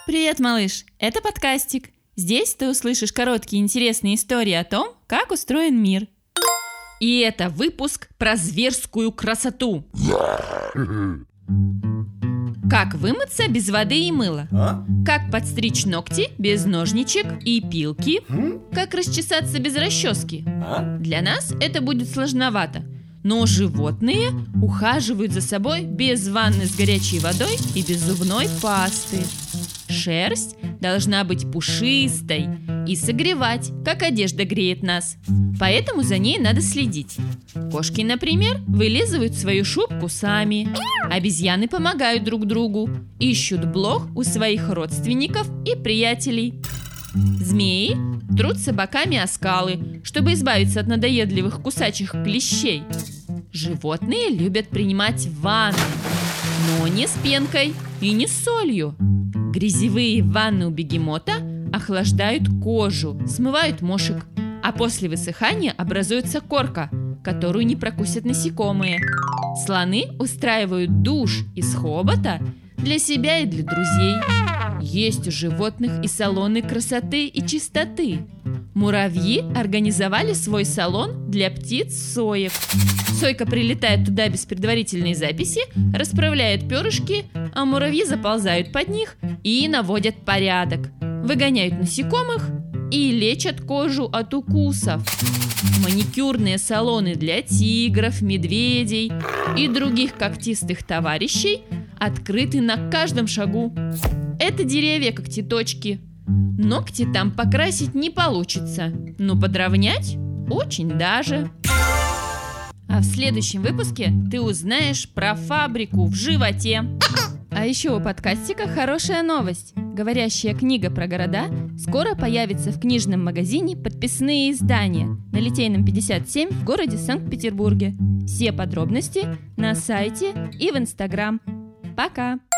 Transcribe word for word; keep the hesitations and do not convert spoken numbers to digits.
Привет, малыш! Это подкастик. Здесь ты услышишь короткие интересные истории о том, как устроен мир. И это выпуск про зверскую красоту. Как вымыться без воды и мыла? А? Как подстричь ногти без ножничек и пилки? М? Как расчесаться без расчески? А? Для нас это будет сложновато, но животные ухаживают за собой без ванны с горячей водой и без зубной пасты. Шерсть должна быть пушистой и согревать, как одежда греет нас. Поэтому за ней надо следить. Кошки, например, вылизывают свою шубку сами. Обезьяны помогают друг другу, ищут блох у своих родственников и приятелей. Змеи трутся боками о скалы, чтобы избавиться от надоедливых кусачих клещей. Животные любят принимать ванны, но не с пенкой и не с солью. Грязевые ванны у бегемота охлаждают кожу, смывают мошек, а после высыхания образуется корка, которую не прокусят насекомые. Слоны устраивают душ из хобота для себя и для друзей. Есть у животных и салоны красоты и чистоты. Муравьи организовали свой салон для птиц-соек. Сойка прилетает туда без предварительной записи, расправляет перышки, а муравьи заползают под них и наводят порядок, выгоняют насекомых и лечат кожу от укусов. Маникюрные салоны для тигров, медведей и других когтистых товарищей открыты на каждом шагу. Это деревья-когтеточки. Ногти там покрасить не получится, но подровнять очень даже. А в следующем выпуске ты узнаешь про фабрику в животе. А еще у подкастика хорошая новость. Говорящая книга про города скоро появится в книжном магазине «Подписные издания» на Литейном пятьдесят семь в городе Санкт-Петербурге. Все подробности на сайте и в Инстаграм. Пока!